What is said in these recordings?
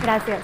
Gracias.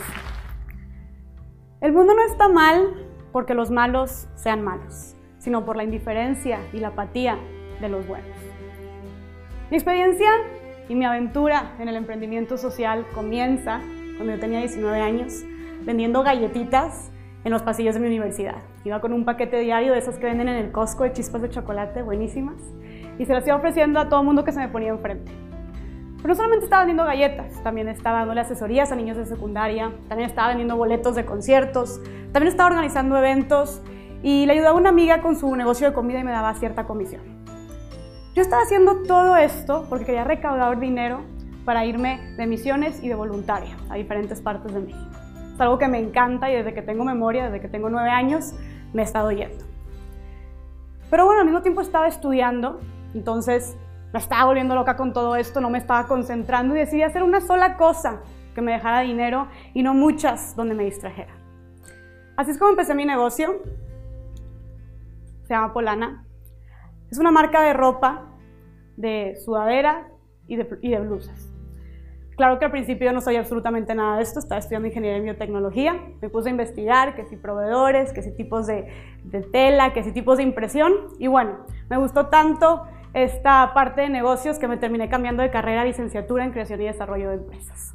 El mundo no está mal porque los malos sean malos, sino por la indiferencia y la apatía de los buenos. Mi experiencia y mi aventura en el emprendimiento social comienza cuando yo tenía 19 años, vendiendo galletitas en los pasillos de mi universidad. Iba con un paquete diario de esos que venden en el Costco de chispas de chocolate, buenísimas, y se las iba ofreciendo a todo el mundo que se me ponía enfrente. Pero no solamente estaba vendiendo galletas, también estaba dándole asesorías a niños de secundaria, también estaba vendiendo boletos de conciertos, también estaba organizando eventos y le ayudaba a una amiga con su negocio de comida y me daba cierta comisión. Yo estaba haciendo todo esto porque quería recaudar dinero para irme de misiones y de voluntaria a diferentes partes de México. Es algo que me encanta y desde que tengo memoria, desde que tengo 9 años, me he estado yendo. Pero bueno, al mismo tiempo estaba estudiando, entonces me estaba volviendo loca con todo esto, no me estaba concentrando y decidí hacer una sola cosa que me dejara dinero y no muchas donde me distrajera. Así es como empecé mi negocio. Se llama Polana. Es una marca de ropa, de sudadera y de blusas. Claro que al principio yo no sabía absolutamente nada de esto, estaba estudiando ingeniería en biotecnología, me puse a investigar que si proveedores, que si tipos de tela, que si tipos de impresión y bueno, me gustó tanto esta parte de negocios que me terminé cambiando de carrera a licenciatura en creación y desarrollo de empresas.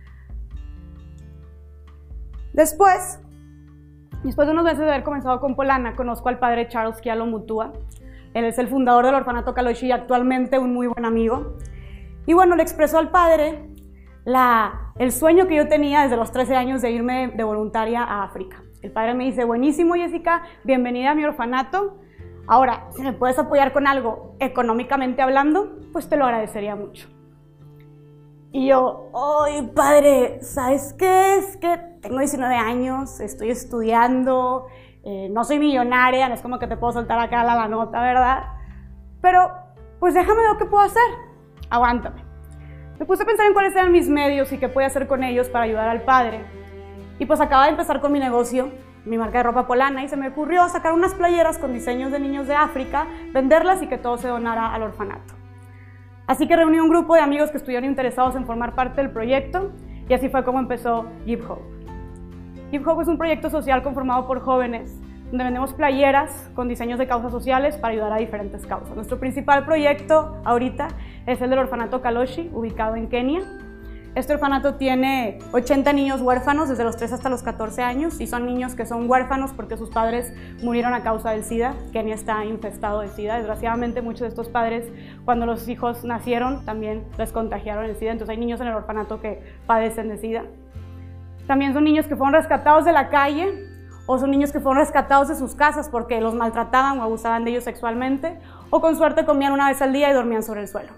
Después de unos meses de haber comenzado con Polana, conozco al padre Charles Kialo Mutua. Él es el fundador del Orfanato Kaloshi y actualmente un muy buen amigo. Y bueno, le expresó al padre el sueño que yo tenía desde los 13 años de irme de voluntaria a África. El padre me dice, buenísimo Jessica, bienvenida a mi orfanato. Ahora, si me puedes apoyar con algo económicamente hablando, pues te lo agradecería mucho. Y yo, ¡ay, padre! ¿Sabes qué? Es que tengo 19 años, estoy estudiando, no soy millonaria, no es como que te puedo soltar acá la nota, ¿verdad? Pero, pues déjame ver qué puedo hacer. Aguántame. Me puse a pensar en cuáles eran mis medios y qué podía hacer con ellos para ayudar al padre. Y pues acababa de empezar con mi negocio, mi marca de ropa Polana, y se me ocurrió sacar unas playeras con diseños de niños de África, venderlas y que todo se donara al orfanato. Así que reuní un grupo de amigos que estuvieron interesados en formar parte del proyecto y así fue como empezó Give Hope. Give Hope es un proyecto social conformado por jóvenes donde vendemos playeras con diseños de causas sociales para ayudar a diferentes causas. Nuestro principal proyecto ahorita es el del Orfanato Kaloshi, ubicado en Kenia. Este orfanato tiene 80 niños huérfanos desde los 3 hasta los 14 años y son niños que son huérfanos porque sus padres murieron a causa del SIDA. Kenia está infestado de SIDA. Desgraciadamente muchos de estos padres cuando los hijos nacieron también les contagiaron el SIDA, entonces hay niños en el orfanato que padecen de SIDA. También son niños que fueron rescatados de la calle o son niños que fueron rescatados de sus casas porque los maltrataban o abusaban de ellos sexualmente o con suerte comían una vez al día y dormían sobre el suelo.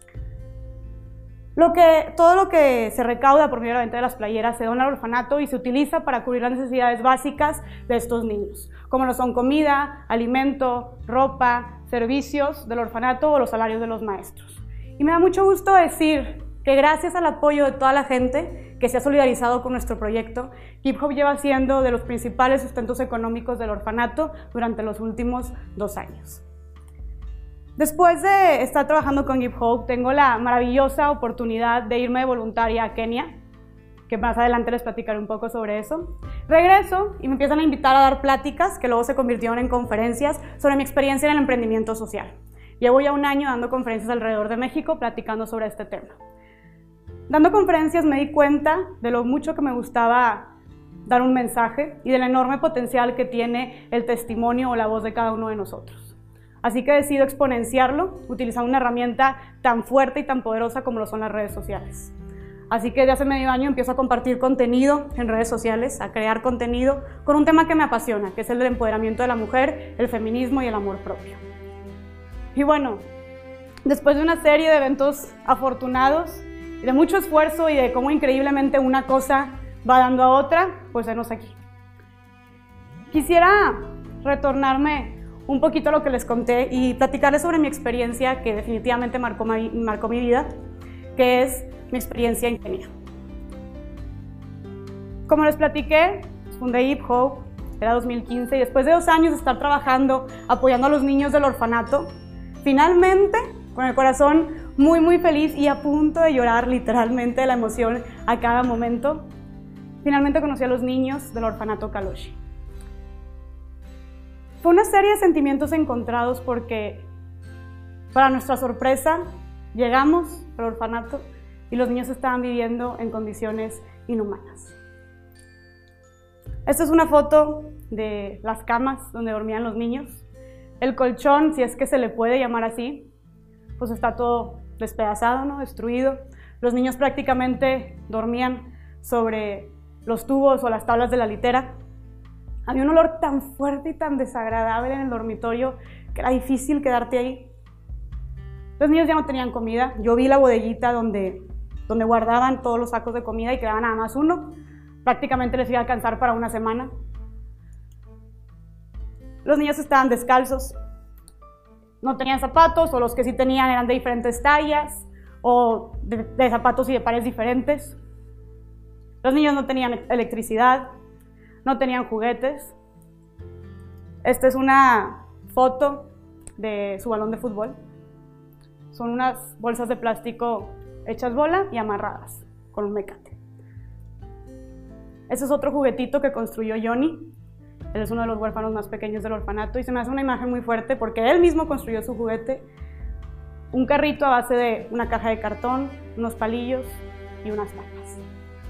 Todo lo que se recauda por medio de la venta de las playeras se dona al orfanato y se utiliza para cubrir las necesidades básicas de estos niños, como lo son comida, alimento, ropa, servicios del orfanato o los salarios de los maestros. Y me da mucho gusto decir que gracias al apoyo de toda la gente que se ha solidarizado con nuestro proyecto, Give Hope lleva siendo de los principales sustentos económicos del orfanato durante los últimos 2 años. Después de estar trabajando con Give Hope, tengo la maravillosa oportunidad de irme de voluntaria a Kenia, que más adelante les platicaré un poco sobre eso. Regreso y me empiezan a invitar a dar pláticas que luego se convirtieron en conferencias sobre mi experiencia en el emprendimiento social. Llevo ya 1 año dando conferencias alrededor de México platicando sobre este tema. Dando conferencias me di cuenta de lo mucho que me gustaba dar un mensaje y del enorme potencial que tiene el testimonio o la voz de cada uno de nosotros. Así que decido exponenciarlo, utilizando una herramienta tan fuerte y tan poderosa como lo son las redes sociales. Así que desde hace medio año empiezo a compartir contenido en redes sociales, a crear contenido con un tema que me apasiona, que es el del empoderamiento de la mujer, el feminismo y el amor propio. Y bueno, después de una serie de eventos afortunados, de mucho esfuerzo y de cómo increíblemente una cosa va dando a otra, pues venos aquí. Quisiera retornarme un poquito a lo que les conté y platicarles sobre mi experiencia que definitivamente marcó mi vida, que es mi experiencia en Kenia. Como les platiqué, fundé Give Hope, era 2015, y después de 2 años de estar trabajando, apoyando a los niños del orfanato, finalmente, con el corazón muy feliz y a punto de llorar literalmente de la emoción a cada momento, finalmente conocí a los niños del orfanato Kaloshi. Fue una serie de sentimientos encontrados porque, para nuestra sorpresa, llegamos al orfanato y los niños estaban viviendo en condiciones inhumanas. Esta es una foto de las camas donde dormían los niños. El colchón, si es que se le puede llamar así, pues está todo despedazado, ¿no? Destruido. Los niños prácticamente dormían sobre los tubos o las tablas de la litera. Había un olor tan fuerte y tan desagradable en el dormitorio que era difícil quedarte ahí. Los niños ya no tenían comida. Yo vi la bodeguita donde guardaban todos los sacos de comida y quedaba nada más uno. Prácticamente les iba a alcanzar para una semana. Los niños estaban descalzos. No tenían zapatos, o los que sí tenían eran de diferentes tallas, o de zapatos y de pares diferentes. Los niños no tenían electricidad, no tenían juguetes. Esta es una foto de su balón de fútbol. Son unas bolsas de plástico hechas bola y amarradas con un mecate. Ese es otro juguetito que construyó Johnny. Él es uno de los huérfanos más pequeños del orfanato y se me hace una imagen muy fuerte porque él mismo construyó su juguete. Un carrito a base de una caja de cartón, unos palillos y unas tapas.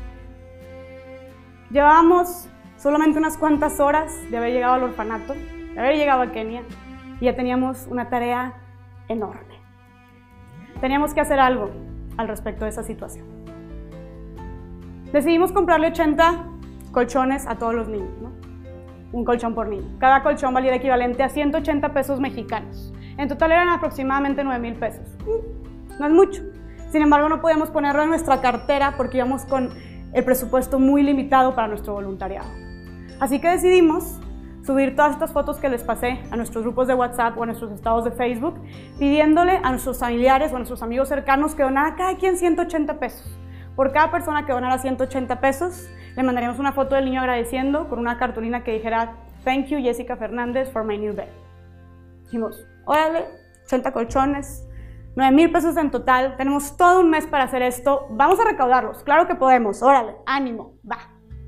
Llevábamos solamente unas cuantas horas de haber llegado al orfanato, de haber llegado a Kenia, y ya teníamos una tarea enorme. Teníamos que hacer algo al respecto de esa situación. Decidimos comprarle 80 colchones a todos los niños, ¿no? Un colchón por niño. Cada colchón valía el equivalente a 180 pesos mexicanos. En total eran aproximadamente 9,000 pesos. No es mucho. Sin embargo, no podíamos ponerlo en nuestra cartera porque íbamos con el presupuesto muy limitado para nuestro voluntariado. Así que decidimos subir todas estas fotos que les pasé a nuestros grupos de WhatsApp o a nuestros estados de Facebook, pidiéndole a nuestros familiares o a nuestros amigos cercanos que donara cada quien 180 pesos. Por cada persona que donara 180 pesos, le mandaríamos una foto del niño agradeciendo con una cartulina que dijera "Thank you, Jessica Fernández, for my new bed". Dijimos, órale, 80 colchones, 9,000 pesos en total, tenemos todo un mes para hacer esto, vamos a recaudarlos, claro que podemos, órale, ánimo, va.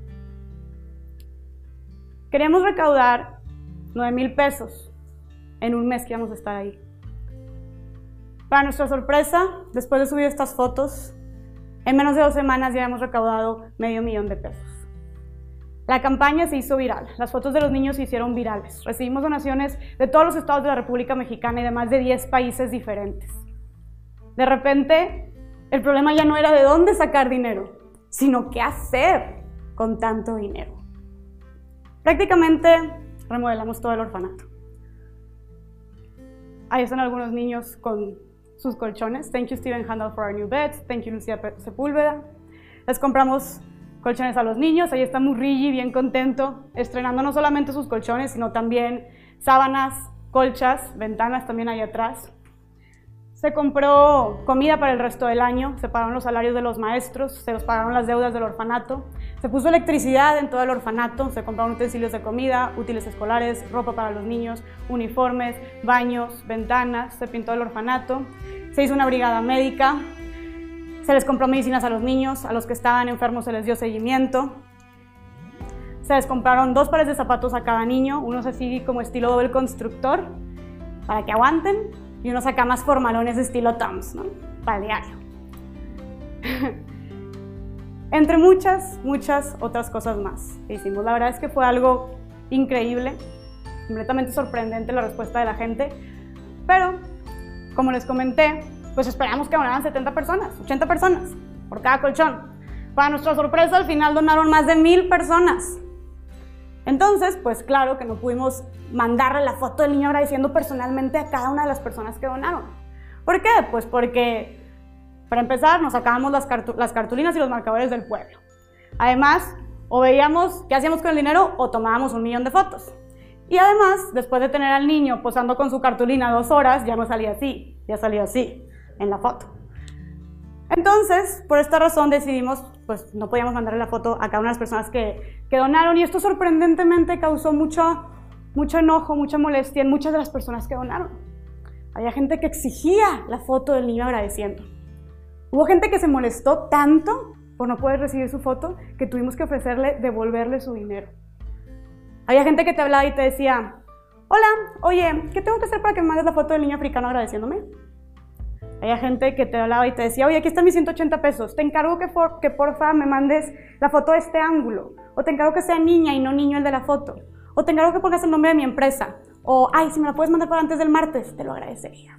Queríamos recaudar 9,000 pesos en un mes que íbamos a estar ahí. Para nuestra sorpresa, después de subir estas fotos, en menos de 2 semanas ya habíamos recaudado $500,000 de pesos. La campaña se hizo viral, las fotos de los niños se hicieron virales. Recibimos donaciones de todos los estados de la República Mexicana y de más de 10 países diferentes. De repente, el problema ya no era de dónde sacar dinero, sino qué hacer con tanto dinero. Prácticamente remodelamos todo el orfanato. Ahí están algunos niños con sus colchones. Thank you, Steven Handel, for our new beds. Thank you, Lucía Sepúlveda. Les compramos colchones a los niños. Ahí está Murrilli, bien contento, estrenando no solamente sus colchones, sino también sábanas, colchas, ventanas también ahí atrás. Se compró comida para el resto del año, se pagaron los salarios de los maestros, se los pagaron las deudas del orfanato, se puso electricidad en todo el orfanato, se compraron utensilios de comida, útiles escolares, ropa para los niños, uniformes, baños, ventanas, se pintó el orfanato, se hizo una brigada médica, se les compró medicinas a los niños, a los que estaban enfermos se les dio seguimiento, se les compraron 2 pares de zapatos a cada niño, unos así como estilo doble constructor, para que aguanten, y unos acá más formalones de estilo Toms, ¿no? Para el diario. Entre muchas otras cosas más que hicimos. La verdad es que fue algo increíble, completamente sorprendente la respuesta de la gente, pero como les comenté, pues esperamos que donaran 70 personas, 80 personas por cada colchón. Para nuestra sorpresa, al final donaron más de 1,000 personas. Entonces, pues claro que no pudimos mandarle la foto del niño agradeciendo personalmente a cada una de las personas que donaron. ¿Por qué? Pues porque, para empezar, nos sacábamos las cartulinas y los marcadores del pueblo. Además, o veíamos qué hacíamos con el dinero o tomábamos 1,000,000 de fotos. Y además, después de tener al niño posando con su cartulina 2 horas, ya no salía así, ya salía así en la foto. Entonces, por esta razón decidimos, pues no podíamos mandarle la foto a cada una de las personas que donaron, y esto sorprendentemente causó mucho enojo, mucha molestia en muchas de las personas que donaron. Había gente que exigía la foto del niño agradeciendo. Hubo gente que se molestó tanto por no poder recibir su foto que tuvimos que ofrecerle devolverle su dinero. Había gente que te hablaba y te decía, hola, oye, ¿qué tengo que hacer para que me mandes la foto del niño africano agradeciéndome? Había gente que te hablaba y te decía, oye, aquí están mis 180 pesos, te encargo que porfa me mandes la foto de este ángulo, o te encargo que sea niña y no niño el de la foto, o te encargo que pongas el nombre de mi empresa, o, ay, si me la puedes mandar para antes del martes, te lo agradecería.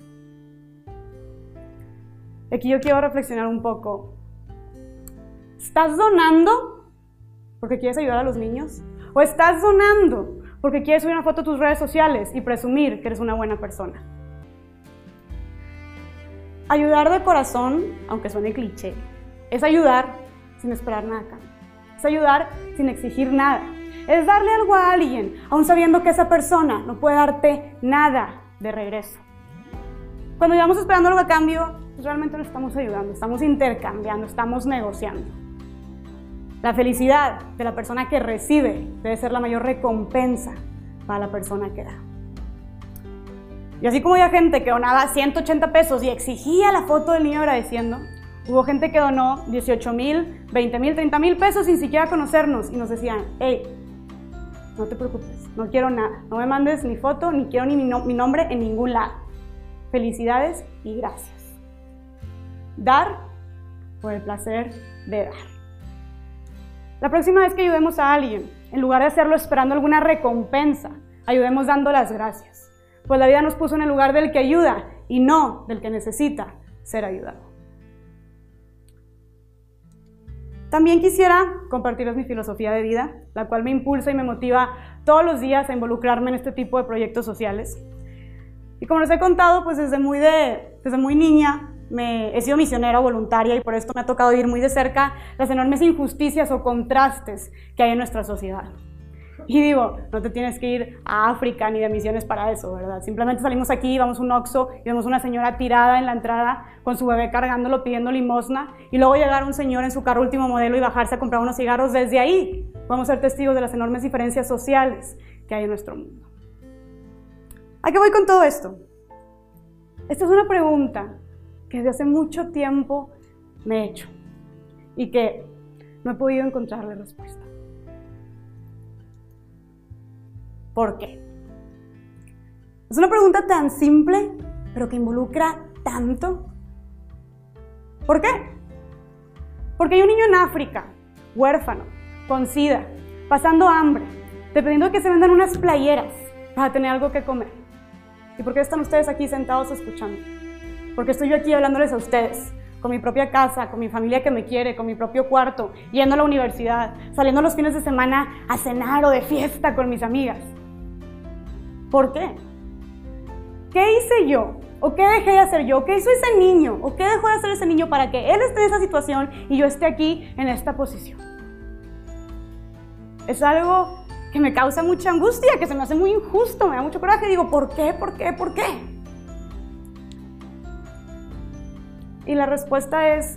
Aquí yo quiero reflexionar un poco. ¿Estás donando porque quieres ayudar a los niños? ¿O estás donando porque quieres subir una foto a tus redes sociales y presumir que eres una buena persona? Ayudar de corazón, aunque suene cliché, es ayudar sin esperar nada acá. Es ayudar sin exigir nada. Es darle algo a alguien, aun sabiendo que esa persona no puede darte nada de regreso. Cuando llevamos esperando algo a cambio, pues realmente no estamos ayudando, estamos intercambiando, estamos negociando. La felicidad de la persona que recibe debe ser la mayor recompensa para la persona que da. Y así como había gente que donaba 180 pesos y exigía la foto del niño agradeciendo, hubo gente que donó 18,000, 20,000, 30,000 pesos sin siquiera conocernos y nos decían, hey, no te preocupes, no quiero nada, no me mandes ni foto, ni quiero ni mi nombre en ningún lado. Felicidades y gracias. Dar por el placer de dar. La próxima vez que ayudemos a alguien, en lugar de hacerlo esperando alguna recompensa, ayudemos dando las gracias. Pues la vida nos puso en el lugar del que ayuda y no del que necesita ser ayudado. También quisiera compartirles mi filosofía de vida, la cual me impulsa y me motiva todos los días a involucrarme en este tipo de proyectos sociales. Y como les he contado, pues desde muy niña he sido misionera voluntaria y por esto me ha tocado vivir muy de cerca las enormes injusticias o contrastes que hay en nuestra sociedad. Y digo, no te tienes que ir a África ni de misiones para eso, ¿verdad? Simplemente salimos aquí, vamos a un Oxxo y vemos una señora tirada en la entrada con su bebé cargándolo, pidiendo limosna, y luego llegar un señor en su carro último modelo y bajarse a comprar unos cigarros. Desde ahí podemos ser testigos de las enormes diferencias sociales que hay en nuestro mundo. ¿A qué voy con todo esto? Esta es una pregunta que desde hace mucho tiempo me he hecho y que no he podido encontrarle respuesta. ¿Por qué? Es una pregunta tan simple, pero que involucra tanto. ¿Por qué? Porque hay un niño en África, huérfano, con SIDA, pasando hambre, dependiendo de que se vendan unas playeras para tener algo que comer. ¿Y por qué están ustedes aquí sentados escuchando? Porque estoy yo aquí hablándoles a ustedes, con mi propia casa, con mi familia que me quiere, con mi propio cuarto, yendo a la universidad, saliendo los fines de semana a cenar o de fiesta con mis amigas. ¿Por qué? ¿Qué hice yo? ¿O qué dejé de hacer yo? ¿Qué hizo ese niño? ¿O qué dejó de hacer ese niño para que él esté en esa situación y yo esté aquí en esta posición? Es algo que me causa mucha angustia, que se me hace muy injusto, me da mucho coraje. Digo, ¿por qué? ¿Por qué? ¿Por qué? Y la respuesta es,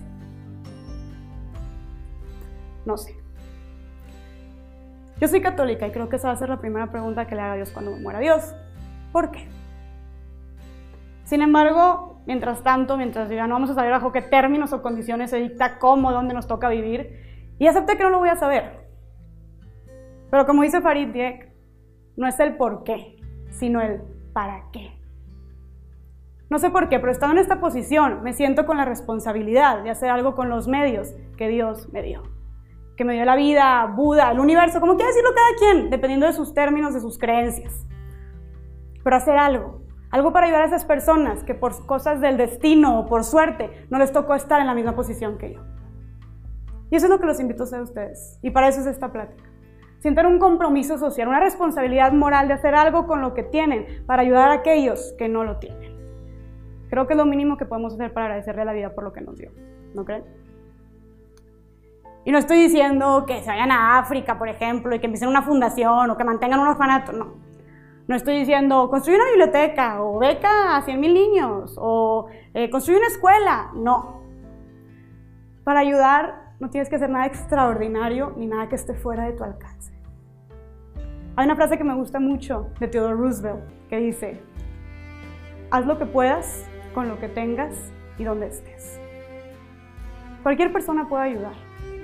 no sé. Yo soy católica y creo que esa va a ser la primera pregunta que le haga a Dios cuando me muera. Dios, ¿por qué? Sin embargo, mientras tanto, mientras yo ya no vamos a saber bajo qué términos o condiciones se dicta cómo, dónde nos toca vivir, y acepté que no lo voy a saber. Pero como dice Farid Dieck, no es el por qué, sino el para qué. No sé por qué, pero estando en esta posición, me siento con la responsabilidad de hacer algo con los medios que Dios me dio. Que me dio la vida, Buda, el universo, como quiera decirlo cada quien, dependiendo de sus términos, de sus creencias. Pero hacer algo para ayudar a esas personas que por cosas del destino o por suerte no les tocó estar en la misma posición que yo. Y eso es lo que los invito a hacer a ustedes. Y para eso es esta plática. Sienten un compromiso social, una responsabilidad moral de hacer algo con lo que tienen para ayudar a aquellos que no lo tienen. Creo que es lo mínimo que podemos hacer para agradecerle a la vida por lo que nos dio. ¿No creen? Y no estoy diciendo que se vayan a África, por ejemplo, y que empiecen una fundación o que mantengan un orfanato, no. No estoy diciendo construir una biblioteca o beca a 100,000 niños o construir una escuela, no. Para ayudar no tienes que hacer nada extraordinario ni nada que esté fuera de tu alcance. Hay una frase que me gusta mucho de Theodore Roosevelt que dice, haz lo que puedas con lo que tengas y donde estés. Cualquier persona puede ayudar.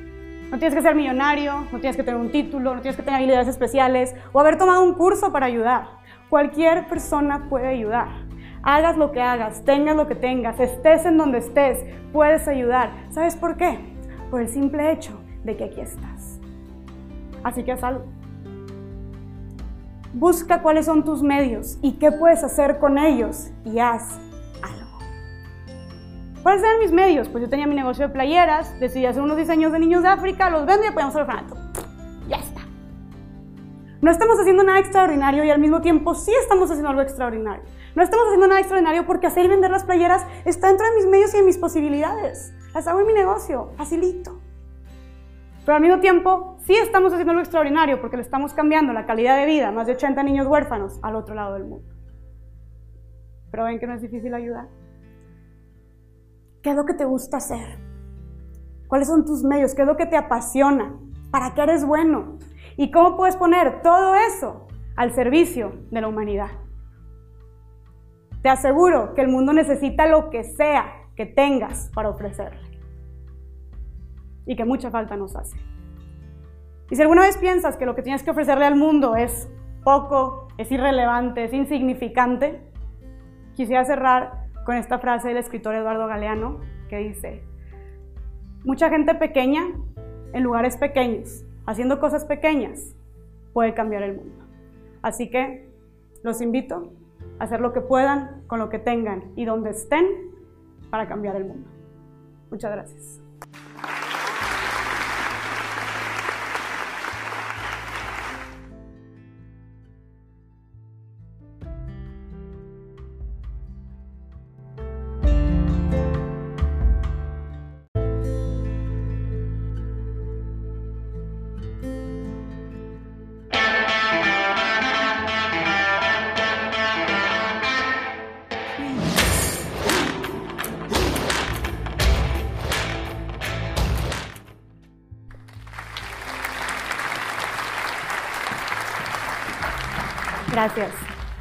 No tienes que ser millonario, no tienes que tener un título, no tienes que tener habilidades especiales o haber tomado un curso para ayudar. Cualquier persona puede ayudar. Hagas lo que hagas, tengas lo que tengas, estés en donde estés, puedes ayudar. ¿Sabes por qué? Por el simple hecho de que aquí estás. Así que haz algo. Busca cuáles son tus medios y qué puedes hacer con ellos y haz algo. ¿Cuáles eran mis medios? Pues yo tenía mi negocio de playeras, decidí hacer unos diseños de niños de África, los vendo y apoyamos al orfanato. Ya está. No estamos haciendo nada extraordinario y al mismo tiempo sí estamos haciendo algo extraordinario. No estamos haciendo nada extraordinario porque hacer y vender las playeras está dentro de mis medios y de mis posibilidades. Las hago en mi negocio, facilito. Pero al mismo tiempo sí estamos haciendo algo extraordinario porque le estamos cambiando la calidad de vida a más de 80 niños huérfanos al otro lado del mundo. Pero ven que no es difícil ayudar. ¿Qué es lo que te gusta hacer? ¿Cuáles son tus medios? ¿Qué es lo que te apasiona? ¿Para qué eres bueno? ¿Y cómo puedes poner todo eso al servicio de la humanidad? Te aseguro que el mundo necesita lo que sea que tengas para ofrecerle. Y que mucha falta nos hace. Y si alguna vez piensas que lo que tienes que ofrecerle al mundo es poco, es irrelevante, es insignificante, quisiera cerrar con esta frase del escritor Eduardo Galeano que dice: mucha gente pequeña en lugares pequeños, haciendo cosas pequeñas, puede cambiar el mundo. Así que los invito a hacer lo que puedan con lo que tengan y donde estén para cambiar el mundo. Muchas gracias. Gracias.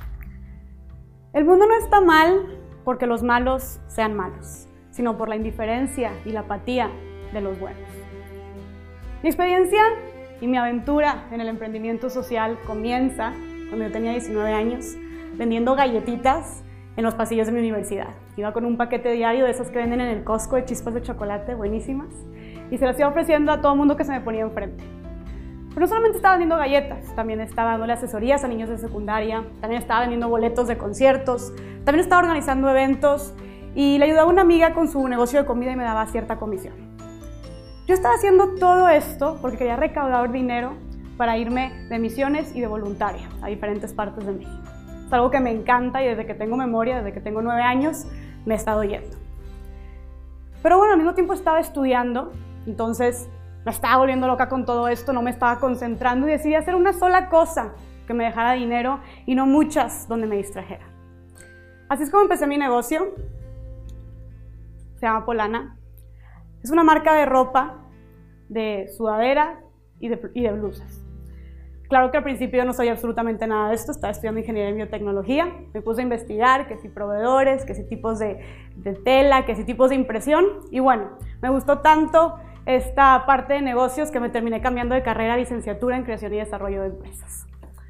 El mundo no está mal porque los malos sean malos, sino por la indiferencia y la apatía de los buenos. Mi experiencia y mi aventura en el emprendimiento social comienza cuando yo tenía 19 años, vendiendo galletitas en los pasillos de mi universidad. Iba con un paquete diario de esos que venden en el Costco de chispas de chocolate, buenísimas, y se las iba ofreciendo a todo el mundo que se me ponía enfrente. Pero no solamente estaba vendiendo galletas, también estaba dándole asesorías a niños de secundaria, también estaba vendiendo boletos de conciertos, también estaba organizando eventos y le ayudaba a una amiga con su negocio de comida y me daba cierta comisión. Yo estaba haciendo todo esto porque quería recaudar dinero para irme de misiones y de voluntaria a diferentes partes de México. Es algo que me encanta y desde que tengo memoria, desde que tengo 9 años, me he estado yendo. Pero bueno, al mismo tiempo estaba estudiando, entonces me estaba volviendo loca con todo esto, no me estaba concentrando y decidí hacer una sola cosa que me dejara dinero y no muchas donde me distrajera. Así es como empecé mi negocio. Se llama Polana. Es una marca de ropa, de sudadera y de blusas. Claro que al principio yo no sabía absolutamente nada de esto, estaba estudiando ingeniería en biotecnología, me puse a investigar que si proveedores, que si tipos de tela, que si tipos de impresión y bueno, me gustó tanto esta parte de negocios que me terminé cambiando de carrera a licenciatura en creación y desarrollo de empresas.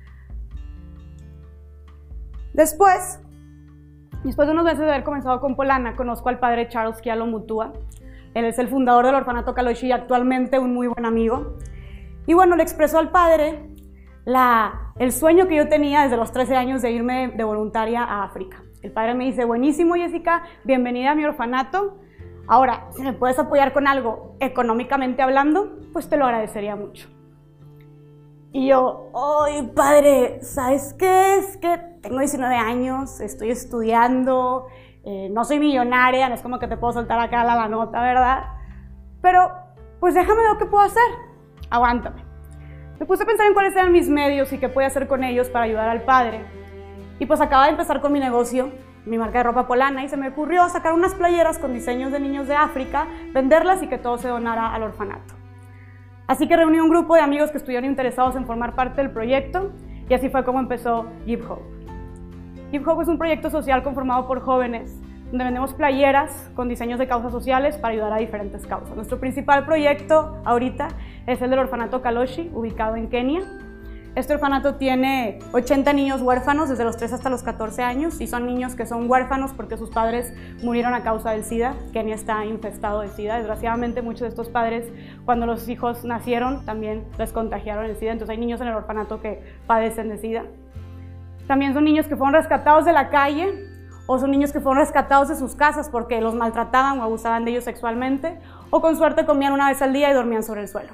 Después de unos meses de haber comenzado con Polana, conozco al padre Charles Kialo Mutua. Él es el fundador del orfanato Kaloshi y actualmente un muy buen amigo. Y bueno, le expresó al padre el sueño que yo tenía desde los 13 años de irme de voluntaria a África. El padre me dice: buenísimo, Jessica, bienvenida a mi orfanato. Ahora, si me puedes apoyar con algo económicamente hablando, pues te lo agradecería mucho. Y yo: ¡ay, padre! ¿Sabes qué? Es que tengo 19 años, estoy estudiando, no soy millonaria, no es como que te puedo soltar acá la nota, ¿verdad? Pero, pues déjame ver qué puedo hacer. Aguántame. Me puse a pensar en cuáles eran mis medios y qué podía hacer con ellos para ayudar al padre. Y pues acababa de empezar con mi negocio, mi marca de ropa Polana, y se me ocurrió sacar unas playeras con diseños de niños de África, venderlas y que todo se donara al orfanato. Así que reuní un grupo de amigos que estuvieron interesados en formar parte del proyecto y así fue como empezó Give Hope. Give Hope es un proyecto social conformado por jóvenes donde vendemos playeras con diseños de causas sociales para ayudar a diferentes causas. Nuestro principal proyecto ahorita es el del orfanato Kaloshi, ubicado en Kenia. Este orfanato tiene 80 niños huérfanos desde los 3 hasta los 14 años y son niños que son huérfanos porque sus padres murieron a causa del SIDA. Kenia está infestado de SIDA. Desgraciadamente muchos de estos padres, cuando los hijos nacieron, también les contagiaron el SIDA. Entonces hay niños en el orfanato que padecen de SIDA. También son niños que fueron rescatados de la calle o son niños que fueron rescatados de sus casas porque los maltrataban o abusaban de ellos sexualmente o con suerte comían una vez al día y dormían sobre el suelo.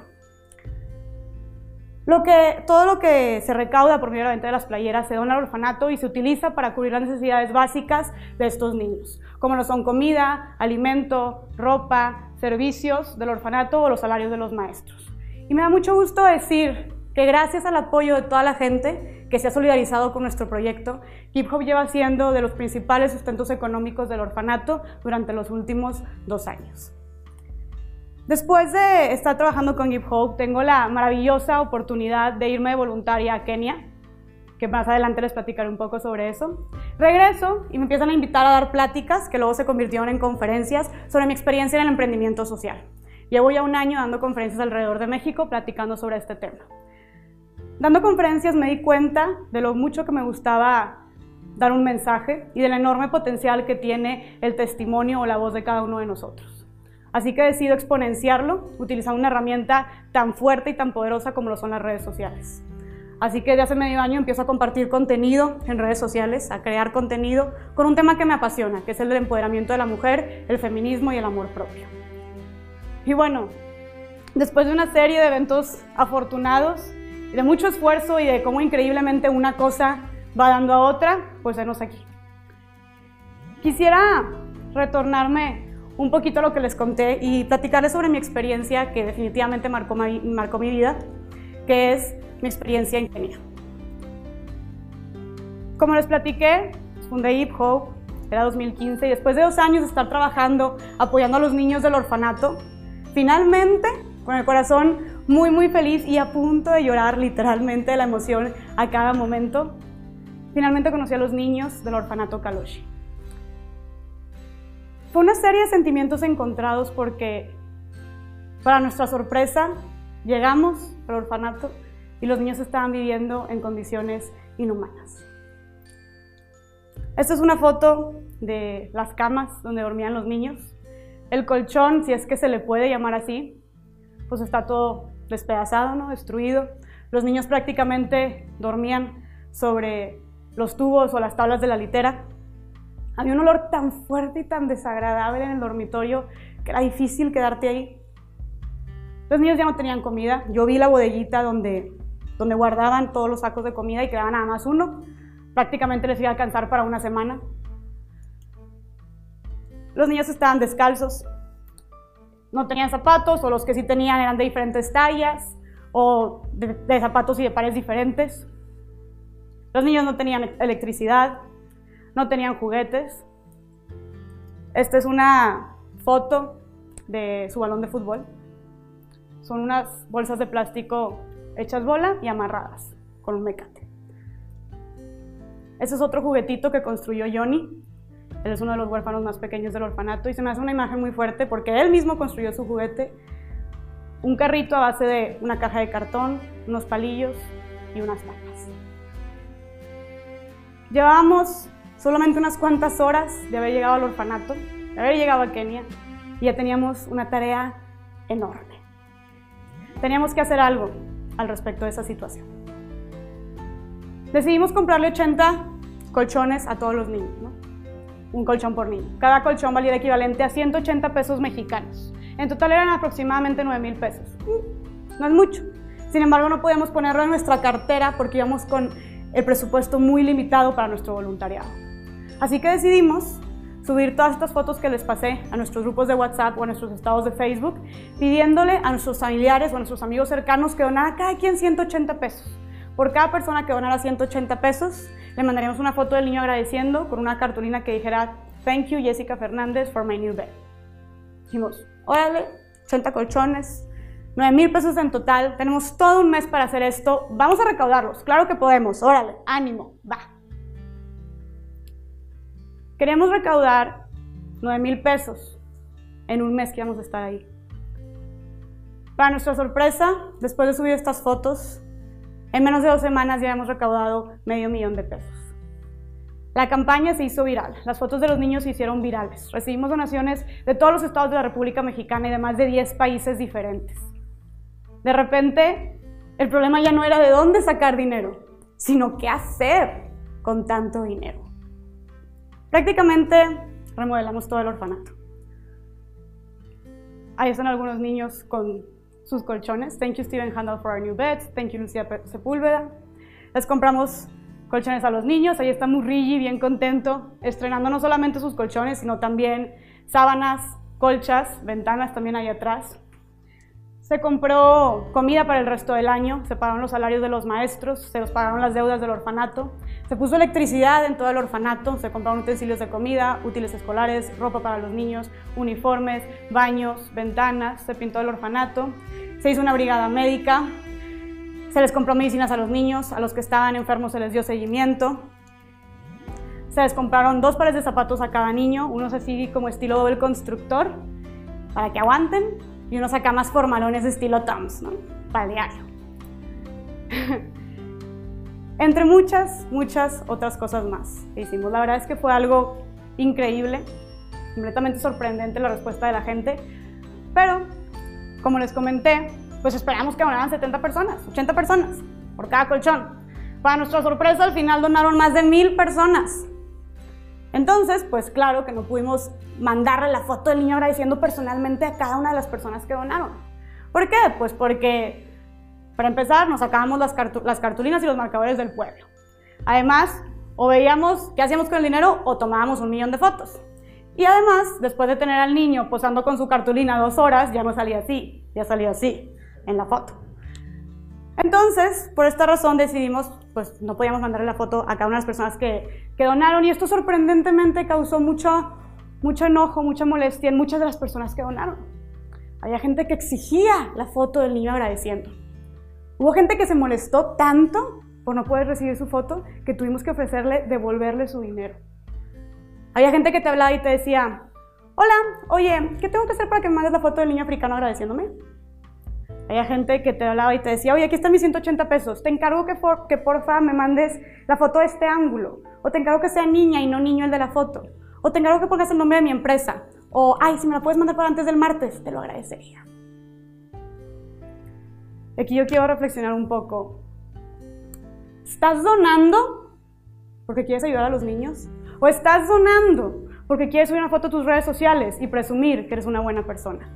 Todo lo que se recauda por medio de la venta de las playeras se dona al orfanato y se utiliza para cubrir las necesidades básicas de estos niños, como lo son comida, alimento, ropa, servicios del orfanato o los salarios de los maestros. Y me da mucho gusto decir que gracias al apoyo de toda la gente que se ha solidarizado con nuestro proyecto, Give Hope lleva siendo de los principales sustentos económicos del orfanato durante los últimos 2 años. Después de estar trabajando con Give Hope, tengo la maravillosa oportunidad de irme de voluntaria a Kenia, que más adelante les platicaré un poco sobre eso. Regreso y me empiezan a invitar a dar pláticas, que luego se convirtieron en conferencias, sobre mi experiencia en el emprendimiento social. Llevo ya 1 año dando conferencias alrededor de México, platicando sobre este tema. Dando conferencias me di cuenta de lo mucho que me gustaba dar un mensaje y del enorme potencial que tiene el testimonio o la voz de cada uno de nosotros. Así que decido exponenciarlo, utilizando una herramienta tan fuerte y tan poderosa como lo son las redes sociales. Así que desde hace medio año empiezo a compartir contenido en redes sociales, a crear contenido con un tema que me apasiona, que es el del empoderamiento de la mujer, el feminismo y el amor propio. Y bueno, después de una serie de eventos afortunados, de mucho esfuerzo y de cómo increíblemente una cosa va dando a otra, pues venos aquí. Quisiera retornarme un poquito a lo que les conté y platicarles sobre mi experiencia que definitivamente marcó mi vida, que es mi experiencia en Kenia. Como les platiqué, fundé Give Hope, era 2015, y después de 2 años de estar trabajando, apoyando a los niños del orfanato, finalmente, con el corazón muy feliz y a punto de llorar literalmente de la emoción a cada momento, finalmente conocí a los niños del orfanato Kaloshi. Fue una serie de sentimientos encontrados porque, para nuestra sorpresa, llegamos al orfanato y los niños estaban viviendo en condiciones inhumanas. Esta es una foto de las camas donde dormían los niños. El colchón, si es que se le puede llamar así, pues está todo despedazado, ¿no? Destruido. Los niños prácticamente dormían sobre los tubos o las tablas de la litera. Había un olor tan fuerte y tan desagradable en el dormitorio que era difícil quedarte ahí. Los niños ya no tenían comida. Yo vi la bodeguita donde guardaban todos los sacos de comida y quedaba nada más uno. Prácticamente les iba a alcanzar para 1 semana. Los niños estaban descalzos. No tenían zapatos, o los que sí tenían eran de diferentes tallas, o de zapatos y de pares diferentes. Los niños no tenían electricidad. No tenían juguetes. Esta es una foto de su balón de fútbol. Son unas bolsas de plástico hechas bola y amarradas con un mecate. Este es otro juguetito que construyó Johnny. Él es uno de los huérfanos más pequeños del orfanato y se me hace una imagen muy fuerte porque él mismo construyó su juguete. Un carrito a base de una caja de cartón, unos palillos y unas tapas. Llevábamos solamente unas cuantas horas de haber llegado al orfanato, de haber llegado a Kenia, y ya teníamos una tarea enorme. Teníamos que hacer algo al respecto de esa situación. Decidimos comprarle 80 colchones a todos los niños, ¿no? Un colchón por niño. Cada colchón valía el equivalente a 180 pesos mexicanos. En total eran aproximadamente 9,000 pesos. No es mucho. Sin embargo, no podíamos ponerlo en nuestra cartera porque íbamos con el presupuesto muy limitado para nuestro voluntariado. Así que decidimos subir todas estas fotos que les pasé a nuestros grupos de WhatsApp o a nuestros estados de Facebook, pidiéndole a nuestros familiares o a nuestros amigos cercanos que donara cada quien 180 pesos. Por cada persona que donara 180 pesos, le mandaríamos una foto del niño agradeciendo con una cartulina que dijera "Thank you, Jessica Fernández, for my new bed". Dijimos, órale, 80 colchones, 9,000 pesos en total, tenemos todo un mes para hacer esto, vamos a recaudarlos, claro que podemos, órale, ánimo, va. Queríamos recaudar 9,000 pesos en un mes que íbamos a estar ahí. Para nuestra sorpresa, después de subir estas fotos, en menos de 2 semanas ya habíamos recaudado $500,000 de pesos. La campaña se hizo viral, las fotos de los niños se hicieron virales. Recibimos donaciones de todos los estados de la República Mexicana y de más de 10 países diferentes. De repente, el problema ya no era de dónde sacar dinero, sino qué hacer con tanto dinero. Prácticamente remodelamos todo el orfanato. Ahí están algunos niños con sus colchones. Thank you, Steven Handel, for our new beds. Thank you, Lucía Sepúlveda. Les compramos colchones a los niños. Ahí está Murrilli, bien contento, estrenando no solamente sus colchones, sino también sábanas, colchas, ventanas también ahí atrás. Se compró comida para el resto del año, se pagaron los salarios de los maestros, se los pagaron las deudas del orfanato, se puso electricidad en todo el orfanato, se compraron utensilios de comida, útiles escolares, ropa para los niños, uniformes, baños, ventanas, se pintó el orfanato, se hizo una brigada médica, se les compró medicinas a los niños, a los que estaban enfermos se les dio seguimiento, se les compraron 2 pares de zapatos a cada niño, unos así como estilo doble constructor, para que aguanten, y unos acá más formalones de estilo Toms, ¿no? Para el diario. Entre muchas otras cosas más que hicimos. La verdad es que fue algo increíble, completamente sorprendente la respuesta de la gente, pero, como les comenté, pues esperamos que donaran 70 personas, 80 personas por cada colchón. Para nuestra sorpresa, al final donaron más de 1,000 personas. Entonces, pues claro que no pudimos mandarle la foto del niño agradeciendo personalmente a cada una de las personas que donaron. ¿Por qué? Pues porque, para empezar, nos sacábamos las cartulinas y los marcadores del pueblo. Además, o veíamos qué hacíamos con el dinero o tomábamos 1,000,000 de fotos. Y además, después de tener al niño posando con su cartulina 2 horas, ya no salía así, ya salía así en la foto. Entonces, por esta razón decidimos, pues no podíamos mandarle la foto a cada una de las personas que donaron, y esto sorprendentemente causó mucho enojo, mucha molestia en muchas de las personas que donaron. Había gente que exigía la foto del niño agradeciendo. Hubo gente que se molestó tanto por no poder recibir su foto que tuvimos que devolverle su dinero. Había gente que te hablaba y te decía, hola, oye, ¿qué tengo que hacer para que me mandes la foto del niño africano agradeciéndome? Había gente que te hablaba y te decía, oye, aquí están mis 180 pesos, te encargo que porfa me mandes la foto de este ángulo, o te encargo que sea niña y no niño el de la foto, o te encargo que pongas el nombre de mi empresa, o, ay, si me la puedes mandar para antes del martes, te lo agradecería. Aquí yo quiero reflexionar un poco. ¿Estás donando porque quieres ayudar a los niños? ¿O estás donando porque quieres subir una foto a tus redes sociales y presumir que eres una buena persona?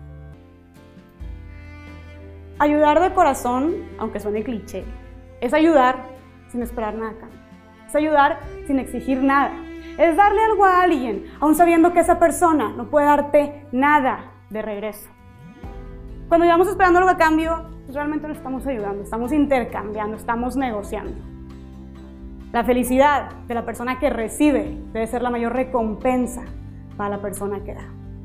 Ayudar de corazón, aunque suene cliché, es ayudar sin esperar nada acá. Es ayudar sin exigir nada. Es darle algo a alguien, aun sabiendo que esa persona no puede darte nada de regreso. Cuando llevamos esperando algo a cambio, pues realmente no estamos ayudando, estamos intercambiando, estamos negociando. La felicidad de la persona que recibe debe ser la mayor recompensa para la persona que da.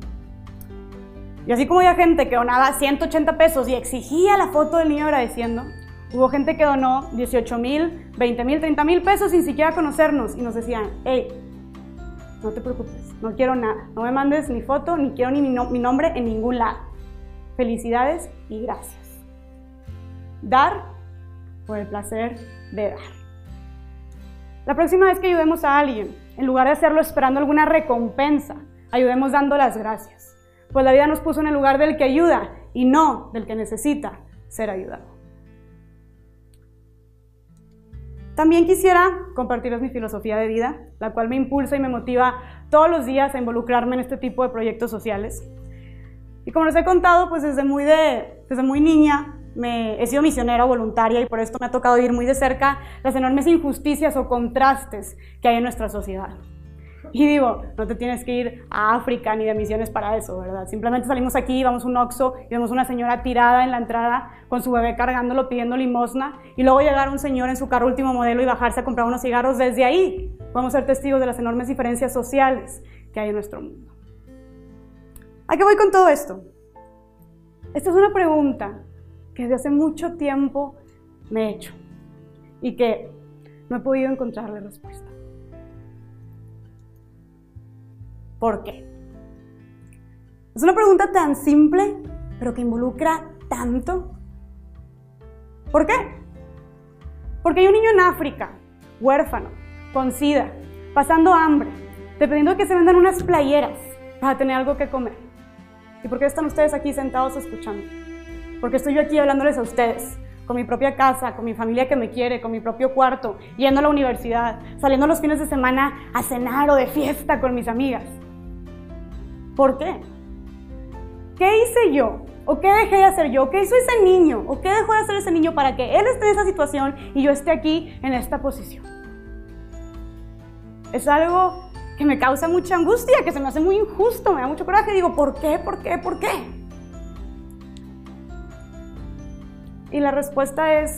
Y así como había gente que donaba 180 pesos y exigía la foto del niño agradeciendo, hubo gente que donó 18,000, 20,000, 30,000 pesos sin siquiera conocernos y nos decían, hey, no te preocupes, no quiero nada, no me mandes ni foto, ni quiero ni mi nombre en ningún lado. Felicidades y gracias. Dar por el placer de dar. La próxima vez que ayudemos a alguien, en lugar de hacerlo esperando alguna recompensa, ayudemos dando las gracias. Pues la vida nos puso en el lugar del que ayuda y no del que necesita ser ayudado. También quisiera compartirles mi filosofía de vida, la cual me impulsa y me motiva todos los días a involucrarme en este tipo de proyectos sociales. Y como les he contado, pues desde muy niña he sido misionera voluntaria y por esto me ha tocado vivir muy de cerca las enormes injusticias o contrastes que hay en nuestra sociedad. Y digo, no te tienes que ir a África ni de misiones para eso, ¿verdad? Simplemente salimos aquí, vamos a un Oxxo y vemos una señora tirada en la entrada con su bebé cargándolo, pidiendo limosna, y luego llegar un señor en su carro último modelo y bajarse a comprar unos cigarros. Desde ahí podemos ser testigos de las enormes diferencias sociales que hay en nuestro mundo. ¿A qué voy con todo esto? Esta es una pregunta que desde hace mucho tiempo me he hecho y que no he podido encontrarle respuesta. ¿Por qué? Es una pregunta tan simple, pero que involucra tanto. ¿Por qué? Porque hay un niño en África, huérfano, con SIDA, pasando hambre, dependiendo de que se vendan unas playeras para tener algo que comer. ¿Y por qué están ustedes aquí sentados escuchando? Porque estoy yo aquí hablándoles a ustedes, con mi propia casa, con mi familia que me quiere, con mi propio cuarto, yendo a la universidad, saliendo los fines de semana a cenar o de fiesta con mis amigas. ¿Por qué? ¿Qué hice yo? ¿O qué dejé de hacer yo? ¿Qué hizo ese niño? ¿O qué dejó de hacer ese niño para que él esté en esa situación y yo esté aquí en esta posición? Es algo que me causa mucha angustia, que se me hace muy injusto, me da mucho coraje. Digo, ¿por qué? ¿Por qué? ¿Por qué? Y la respuesta es,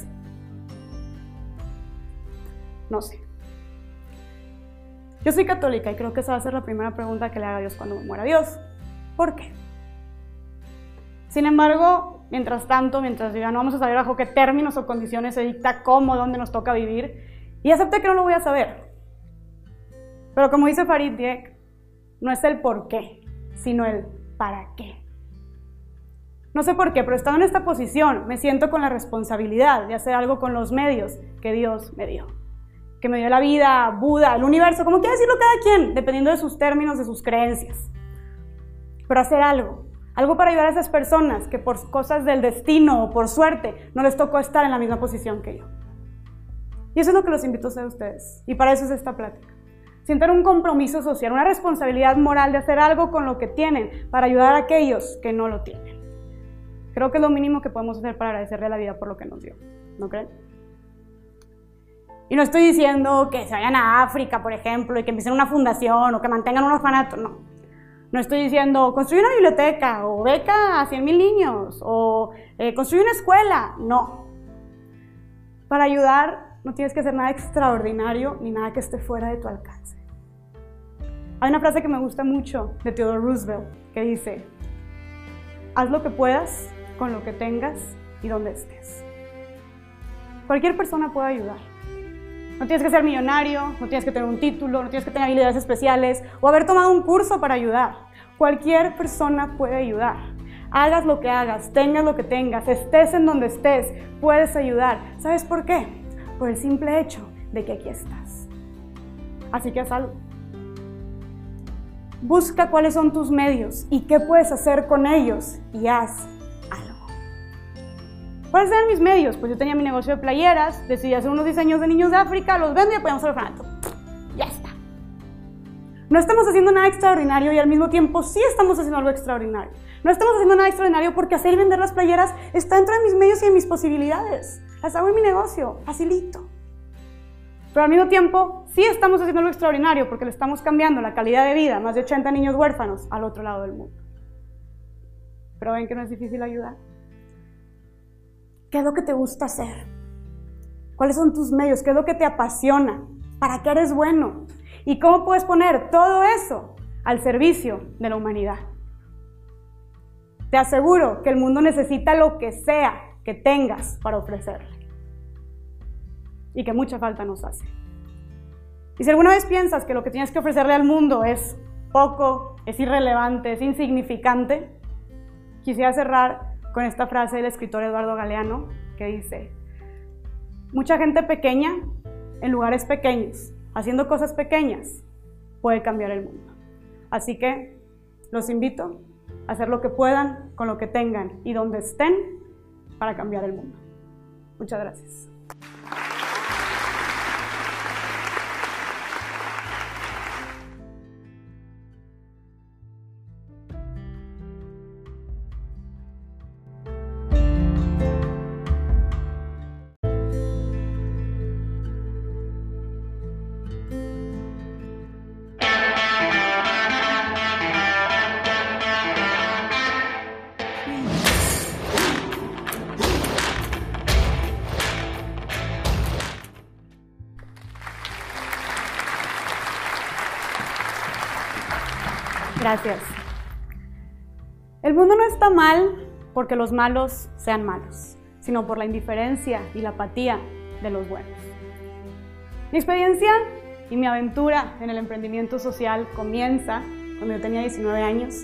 no sé. Yo soy católica y creo que esa va a ser la primera pregunta que le haga a Dios cuando me muera. Dios, ¿por qué? Sin embargo, mientras tanto, mientras ya no vamos a saber bajo qué términos o condiciones se dicta cómo, dónde nos toca vivir, y acepté que no lo voy a saber. Pero como dice Farid Dieck, no es el por qué, sino el para qué. No sé por qué, pero estando en esta posición, me siento con la responsabilidad de hacer algo con los medios que Dios me dio. Que me dio la vida, Buda, el universo, como quiera decirlo cada quien, dependiendo de sus términos, de sus creencias. Pero hacer algo para ayudar a esas personas que por cosas del destino o por suerte no les tocó estar en la misma posición que yo. Y eso es lo que los invito a hacer a ustedes. Y para eso es esta plática. Sientan un compromiso social, una responsabilidad moral de hacer algo con lo que tienen para ayudar a aquellos que no lo tienen. Creo que es lo mínimo que podemos hacer para agradecerle a la vida por lo que nos dio. ¿No creen? Y no estoy diciendo que se vayan a África, por ejemplo, y que empiecen una fundación o que mantengan un orfanato, no. No estoy diciendo construir una biblioteca o beca a 100,000 niños o construir una escuela, no. Para ayudar no tienes que hacer nada extraordinario ni nada que esté fuera de tu alcance. Hay una frase que me gusta mucho de Theodore Roosevelt que dice, haz lo que puedas con lo que tengas y donde estés. Cualquier persona puede ayudar. No tienes que ser millonario, no tienes que tener un título, no tienes que tener habilidades especiales o haber tomado un curso para ayudar. Cualquier persona puede ayudar. Hagas lo que hagas, tengas lo que tengas, estés en donde estés, puedes ayudar. ¿Sabes por qué? Por el simple hecho de que aquí estás. Así que haz algo. Busca cuáles son tus medios y qué puedes hacer con ellos y haz algo. ¿Cuáles eran mis medios? Pues yo tenía mi negocio de playeras, decidí hacer unos diseños de niños de África, los vendo y apoyamos al orfanato. Ya está. No estamos haciendo nada extraordinario y al mismo tiempo sí estamos haciendo algo extraordinario. No estamos haciendo nada extraordinario porque hacer y vender las playeras está dentro de mis medios y de mis posibilidades. Las hago en mi negocio, facilito. Pero al mismo tiempo sí estamos haciendo algo extraordinario porque le estamos cambiando la calidad de vida a más de 80 niños huérfanos al otro lado del mundo. Pero ven que no es difícil ayudar. ¿Qué es lo que te gusta hacer? ¿Cuáles son tus medios? ¿Qué es lo que te apasiona? ¿Para qué eres bueno? ¿Y cómo puedes poner todo eso al servicio de la humanidad? Te aseguro que el mundo necesita lo que sea que tengas para ofrecerle. Y que mucha falta nos hace. Y si alguna vez piensas que lo que tienes que ofrecerle al mundo es poco, es irrelevante, es insignificante, quisiera cerrar con esta frase del escritor Eduardo Galeano, que dice, mucha gente pequeña, en lugares pequeños, haciendo cosas pequeñas, puede cambiar el mundo. Así que los invito a hacer lo que puedan, con lo que tengan y donde estén, para cambiar el mundo. Muchas gracias. Gracias. El mundo no está mal porque los malos sean malos, sino por la indiferencia y la apatía de los buenos. Mi experiencia y mi aventura en el emprendimiento social comienza cuando yo tenía 19 años,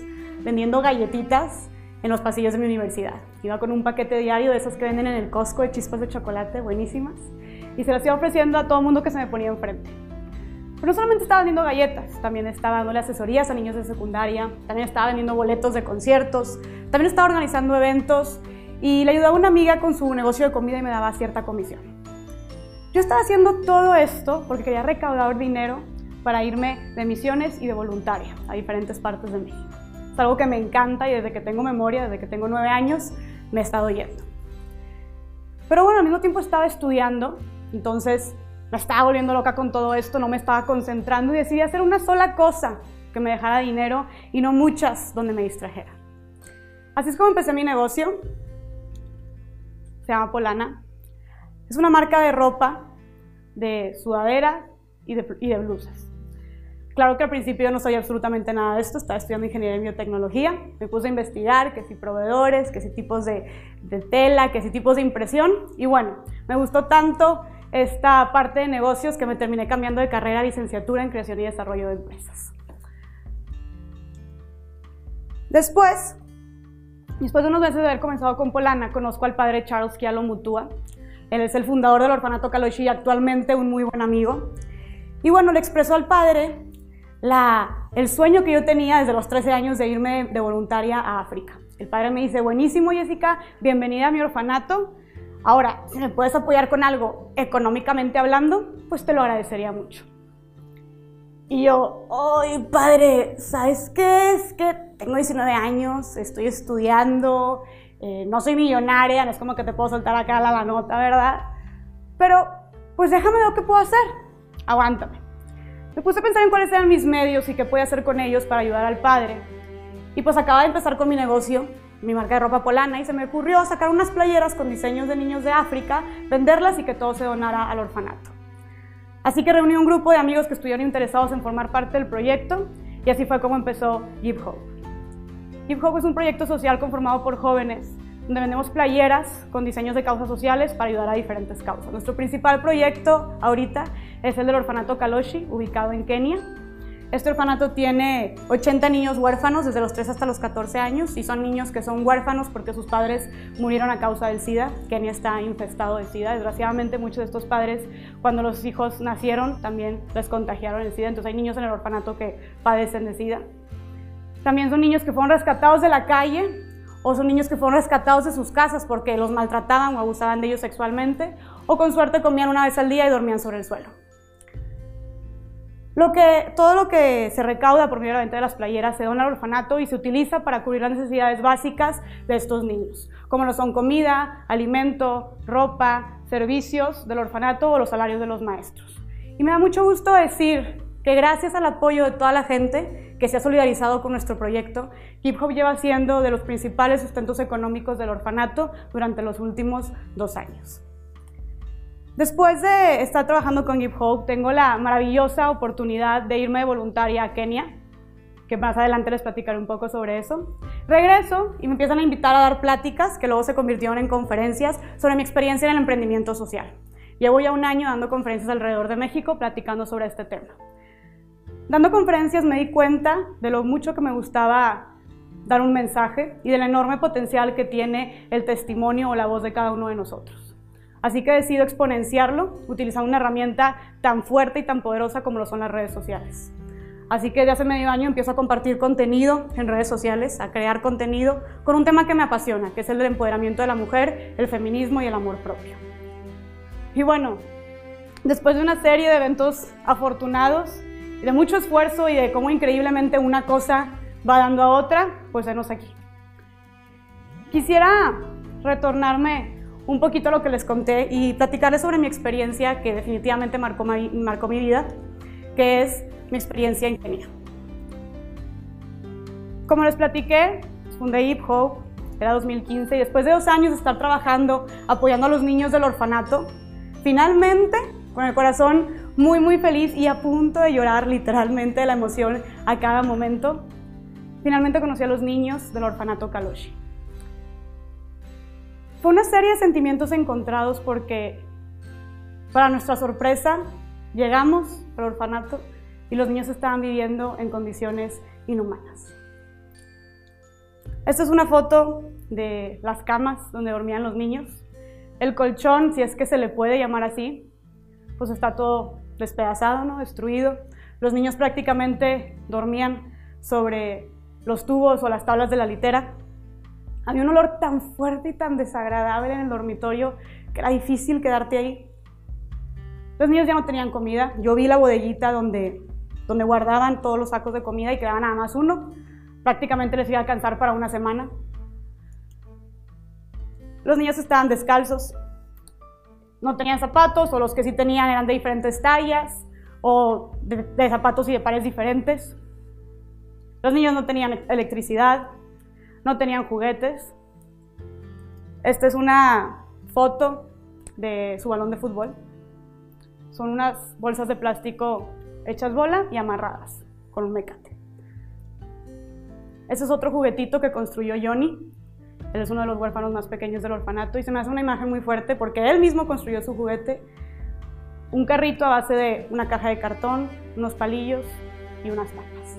vendiendo galletitas en los pasillos de mi universidad. Iba con un paquete diario de esos que venden en el Costco de chispas de chocolate, buenísimas, y se las iba ofreciendo a todo el mundo que se me ponía enfrente. Pero no solamente estaba vendiendo galletas, también estaba dándole asesorías a niños de secundaria, también estaba vendiendo boletos de conciertos, también estaba organizando eventos y le ayudaba a una amiga con su negocio de comida y me daba cierta comisión. Yo estaba haciendo todo esto porque quería recaudar dinero para irme de misiones y de voluntaria a diferentes partes de México. Es algo que me encanta y desde que tengo memoria, desde que tengo 9 años, me he estado yendo. Pero bueno, al mismo tiempo estaba estudiando, entonces me estaba volviendo loca con todo esto, no me estaba concentrando y decidí hacer una sola cosa que me dejara dinero y no muchas donde me distrajera. Así es como empecé mi negocio, se llama Polana. Es una marca de ropa, de sudadera y de blusas. Claro que al principio no sabía absolutamente nada de esto, estaba estudiando ingeniería en biotecnología, me puse a investigar que si proveedores, que si tipos de tela, que si tipos de impresión y bueno, me gustó tanto esta parte de negocios que me terminé cambiando de carrera a licenciatura en creación y desarrollo de empresas. Después de unos meses de haber comenzado con Polana, conozco al padre Charles Kialo Mutua. Él es el fundador del Orfanato Kaloshi y actualmente un muy buen amigo. Y bueno, le expresó al padre el sueño que yo tenía desde los 13 años de irme de voluntaria a África. El padre me dice, buenísimo Jessica, bienvenida a mi orfanato. Ahora, si me puedes apoyar con algo económicamente hablando, pues te lo agradecería mucho. Y yo, ¡ay, padre! ¿Sabes qué? Es que tengo 19 años, estoy estudiando, no soy millonaria, no es como que te puedo soltar acá la nota, ¿verdad? Pero, pues déjame ver qué puedo hacer. Aguántame. Me puse a pensar en cuáles eran mis medios y qué podía hacer con ellos para ayudar al padre. Y pues acaba de empezar con mi negocio, mi marca de ropa Polana, y se me ocurrió sacar unas playeras con diseños de niños de África, venderlas y que todo se donara al orfanato. Así que reuní un grupo de amigos que estuvieron interesados en formar parte del proyecto y así fue como empezó Give Hope. Give Hope es un proyecto social conformado por jóvenes donde vendemos playeras con diseños de causas sociales para ayudar a diferentes causas. Nuestro principal proyecto ahorita es el del Orfanato Kaloshi, ubicado en Kenia. Este orfanato tiene 80 niños huérfanos desde los 3 hasta los 14 años y son niños que son huérfanos porque sus padres murieron a causa del SIDA. Kenia está infestado de SIDA. Desgraciadamente muchos de estos padres cuando los hijos nacieron también les contagiaron el SIDA, entonces hay niños en el orfanato que padecen de SIDA. También son niños que fueron rescatados de la calle o son niños que fueron rescatados de sus casas porque los maltrataban o abusaban de ellos sexualmente o con suerte comían una vez al día y dormían sobre el suelo. Todo lo que se recauda por medio de la venta de las playeras se dona al orfanato y se utiliza para cubrir las necesidades básicas de estos niños, como lo son comida, alimento, ropa, servicios del orfanato o los salarios de los maestros. Y me da mucho gusto decir que gracias al apoyo de toda la gente que se ha solidarizado con nuestro proyecto, Give Hope lleva siendo de los principales sustentos económicos del orfanato durante los últimos 2 años. Después de estar trabajando con Give Hope, tengo la maravillosa oportunidad de irme de voluntaria a Kenia, que más adelante les platicaré un poco sobre eso. Regreso y me empiezan a invitar a dar pláticas, que luego se convirtieron en conferencias, sobre mi experiencia en el emprendimiento social. Llevo ya 1 año dando conferencias alrededor de México, platicando sobre este tema. Dando conferencias me di cuenta de lo mucho que me gustaba dar un mensaje y del enorme potencial que tiene el testimonio o la voz de cada uno de nosotros. Así que decido exponenciarlo, utilizando una herramienta tan fuerte y tan poderosa como lo son las redes sociales. Así que desde hace medio año empiezo a compartir contenido en redes sociales, a crear contenido con un tema que me apasiona, que es el del empoderamiento de la mujer, el feminismo y el amor propio. Y bueno, después de una serie de eventos afortunados, de mucho esfuerzo y de cómo increíblemente una cosa va dando a otra, pues venos aquí. Quisiera retornarme un poquito a lo que les conté y platicarles sobre mi experiencia que definitivamente marcó mi vida, que es mi experiencia en Kenia. Como les platiqué, fundé Give Hope, era 2015, y después de 2 años de estar trabajando, apoyando a los niños del orfanato, finalmente, con el corazón muy feliz y a punto de llorar literalmente de la emoción a cada momento, finalmente conocí a los niños del Orfanato Kaloshi. Fue una serie de sentimientos encontrados porque, para nuestra sorpresa, llegamos al orfanato y los niños estaban viviendo en condiciones inhumanas. Esta es una foto de las camas donde dormían los niños. El colchón, si es que se le puede llamar así, pues está todo despedazado, ¿no? Destruido. Los niños prácticamente dormían sobre los tubos o las tablas de la litera. Había un olor tan fuerte y tan desagradable en el dormitorio que era difícil quedarte ahí. Los niños ya no tenían comida. Yo vi la bodeguita donde guardaban todos los sacos de comida y quedaba nada más uno. Prácticamente les iba a alcanzar para una semana. Los niños estaban descalzos. No tenían zapatos, o los que sí tenían eran de diferentes tallas, o de zapatos y de pares diferentes. Los niños no tenían electricidad, no tenían juguetes. Esta es una foto de su balón de fútbol. Son unas bolsas de plástico hechas bola y amarradas con un mecate. Ese es otro juguetito que construyó Johnny. Él es uno de los huérfanos más pequeños del orfanato y se me hace una imagen muy fuerte porque él mismo construyó su juguete. Un carrito a base de una caja de cartón, unos palillos y unas tapas.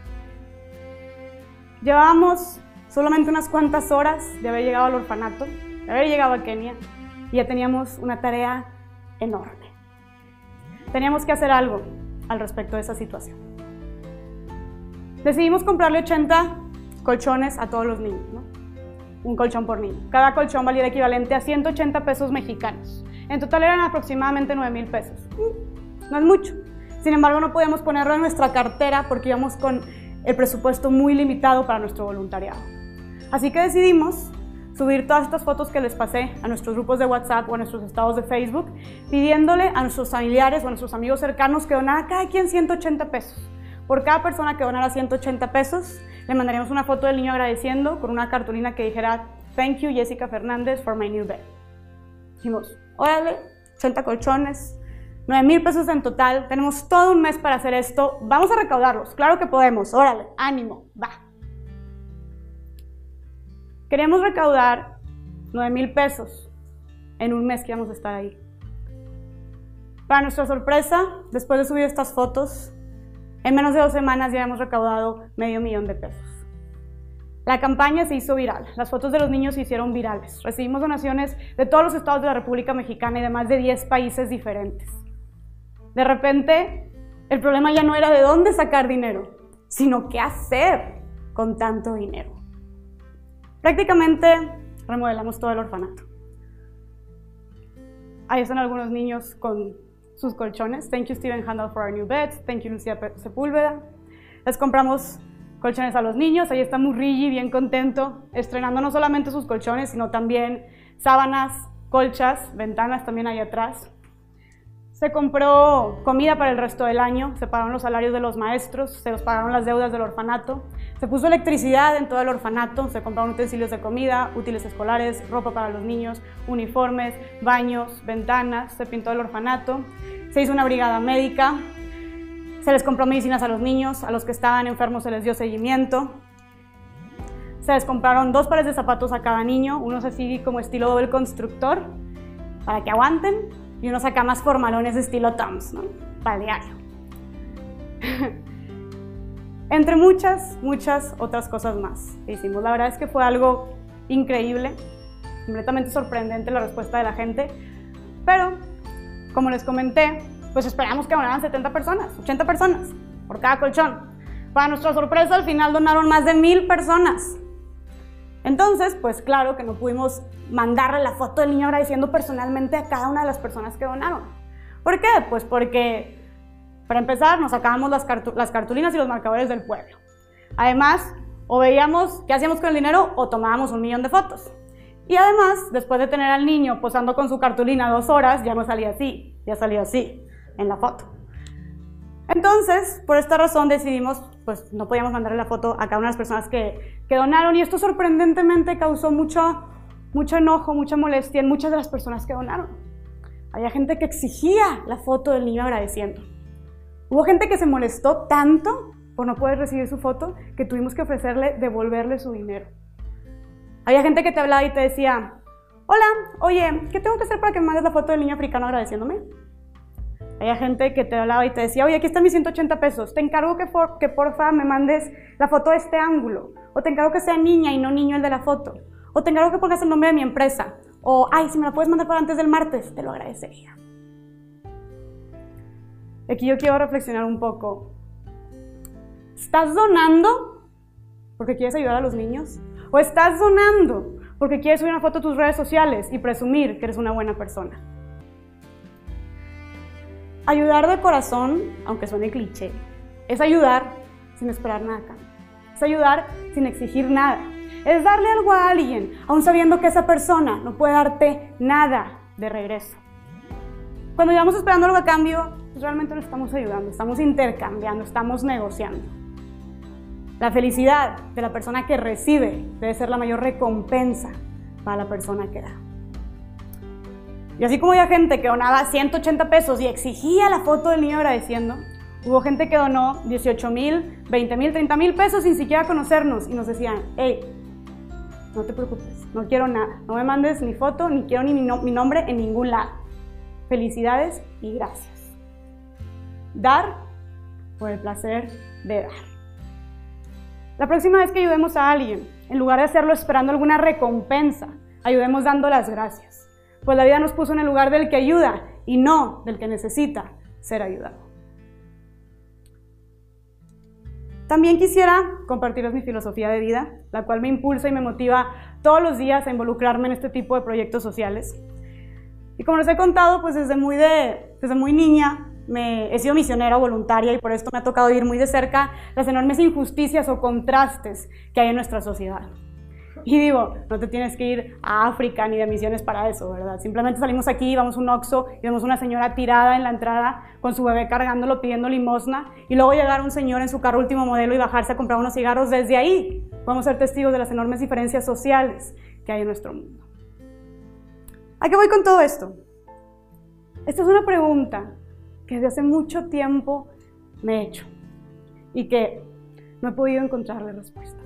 Llevábamos solamente unas cuantas horas de haber llegado al orfanato, de haber llegado a Kenia, y ya teníamos una tarea enorme. Teníamos que hacer algo al respecto de esa situación. Decidimos comprarle 80 colchones a todos los niños, ¿no? Un colchón por niño. Cada colchón valía el equivalente a 180 pesos mexicanos. En total eran aproximadamente 9,000 pesos. No es mucho. Sin embargo, no podíamos ponerlo en nuestra cartera porque íbamos con el presupuesto muy limitado para nuestro voluntariado. Así que decidimos subir todas estas fotos que les pasé a nuestros grupos de WhatsApp o a nuestros estados de Facebook, pidiéndole a nuestros familiares o a nuestros amigos cercanos que donara cada quien 180 pesos. Por cada persona que donara 180 pesos, le mandaríamos una foto del niño agradeciendo con una cartulina que dijera "Thank you, Jessica Fernández, for my new bed". Dijimos, órale, 80 colchones, 9,000 pesos en total, tenemos todo un mes para hacer esto, vamos a recaudarlos, claro que podemos, órale, ánimo, va. Queríamos recaudar 9,000 pesos en un mes que íbamos a estar ahí. Para nuestra sorpresa, después de subir estas fotos, en menos de 2 semanas ya hemos recaudado $500,000 de pesos. La campaña se hizo viral, las fotos de los niños se hicieron virales. Recibimos donaciones de todos los estados de la República Mexicana y de más de 10 países diferentes. De repente, el problema ya no era de dónde sacar dinero, sino qué hacer con tanto dinero. Prácticamente remodelamos todo el orfanato. Ahí están algunos niños con sus colchones. Thank you, Steven Handel, for our new beds. Thank you, Lucía Sepúlveda. Les compramos colchones a los niños. Ahí está Murrigi, bien contento, estrenando no solamente sus colchones, sino también sábanas, colchas, ventanas también ahí atrás. Se compró comida para el resto del año, se pagaron los salarios de los maestros, se los pagaron las deudas del orfanato, se puso electricidad en todo el orfanato, se compraron utensilios de comida, útiles escolares, ropa para los niños, uniformes, baños, ventanas, se pintó el orfanato, se hizo una brigada médica, se les compró medicinas a los niños, a los que estaban enfermos se les dio seguimiento, se les compraron 2 pares de zapatos a cada niño, unos así como estilo doble constructor, para que aguanten, y unos acá más formalones de estilo Toms, ¿no? Para el diario. Entre muchas otras cosas más que hicimos. La verdad es que fue algo increíble, completamente sorprendente la respuesta de la gente, pero como les comenté, pues esperamos que donaran 70 personas, 80 personas por cada colchón. Para nuestra sorpresa, al final donaron más de 1,000 personas. Entonces, pues claro que no pudimos mandarle la foto del niño agradeciendo personalmente a cada una de las personas que donaron. ¿Por qué? Pues porque, para empezar, nos sacábamos las cartulinas y los marcadores del pueblo. Además, o veíamos qué hacíamos con el dinero o tomábamos 1,000,000 de fotos. Y además, después de tener al niño posando con su cartulina 2 horas, ya no salía así, ya salía así en la foto. Entonces, por esta razón decidimos, pues no podíamos mandarle la foto a cada una de las personas que donaron, y esto sorprendentemente causó mucho enojo, mucha molestia en muchas de las personas que donaron. Había gente que exigía la foto del niño agradeciendo. Hubo gente que se molestó tanto por no poder recibir su foto que tuvimos que devolverle su dinero. Había gente que te hablaba y te decía, hola, oye, ¿qué tengo que hacer para que me mandes la foto del niño africano agradeciéndome? Había gente que te hablaba y te decía, oye, aquí están mis 180 pesos, te encargo que porfa me mandes la foto de este ángulo, o te encargo que sea niña y no niño el de la foto, o te encargo que pongas el nombre de mi empresa, o, ay, si me la puedes mandar para antes del martes, te lo agradecería. Aquí yo quiero reflexionar un poco. ¿Estás donando porque quieres ayudar a los niños? ¿O estás donando porque quieres subir una foto a tus redes sociales y presumir que eres una buena persona? Ayudar de corazón, aunque suene cliché, es ayudar sin esperar nada acá. Es ayudar sin exigir nada. Es darle algo a alguien, aun sabiendo que esa persona no puede darte nada de regreso. Cuando llevamos esperando algo a cambio, pues realmente no estamos ayudando, estamos intercambiando, estamos negociando. La felicidad de la persona que recibe debe ser la mayor recompensa para la persona que da. Y así como había gente que donaba 180 pesos y exigía la foto del niño agradeciendo, hubo gente que donó 18,000, 20,000, 30,000 pesos sin siquiera conocernos y nos decían, hey, no te preocupes, no quiero nada, no me mandes ni foto, ni quiero ni mi nombre en ningún lado. Felicidades y gracias. Dar por el placer de dar. La próxima vez que ayudemos a alguien, en lugar de hacerlo esperando alguna recompensa, ayudemos dando las gracias. Pues la vida nos puso en el lugar del que ayuda y no del que necesita ser ayudado. También quisiera compartirles mi filosofía de vida, la cual me impulsa y me motiva todos los días a involucrarme en este tipo de proyectos sociales. Y como les he contado, pues desde muy niña he sido misionera voluntaria y por esto me ha tocado vivir muy de cerca las enormes injusticias o contrastes que hay en nuestra sociedad. Y digo, no te tienes que ir a África ni de misiones para eso, ¿verdad? Simplemente salimos aquí, vamos a un Oxxo y vemos una señora tirada en la entrada con su bebé cargándolo, pidiendo limosna, y luego llegar un señor en su carro último modelo y bajarse a comprar unos cigarros. Desde ahí podemos ser testigos de las enormes diferencias sociales que hay en nuestro mundo. ¿A qué voy con todo esto? Esta es una pregunta que desde hace mucho tiempo me he hecho y que no he podido encontrarle respuesta.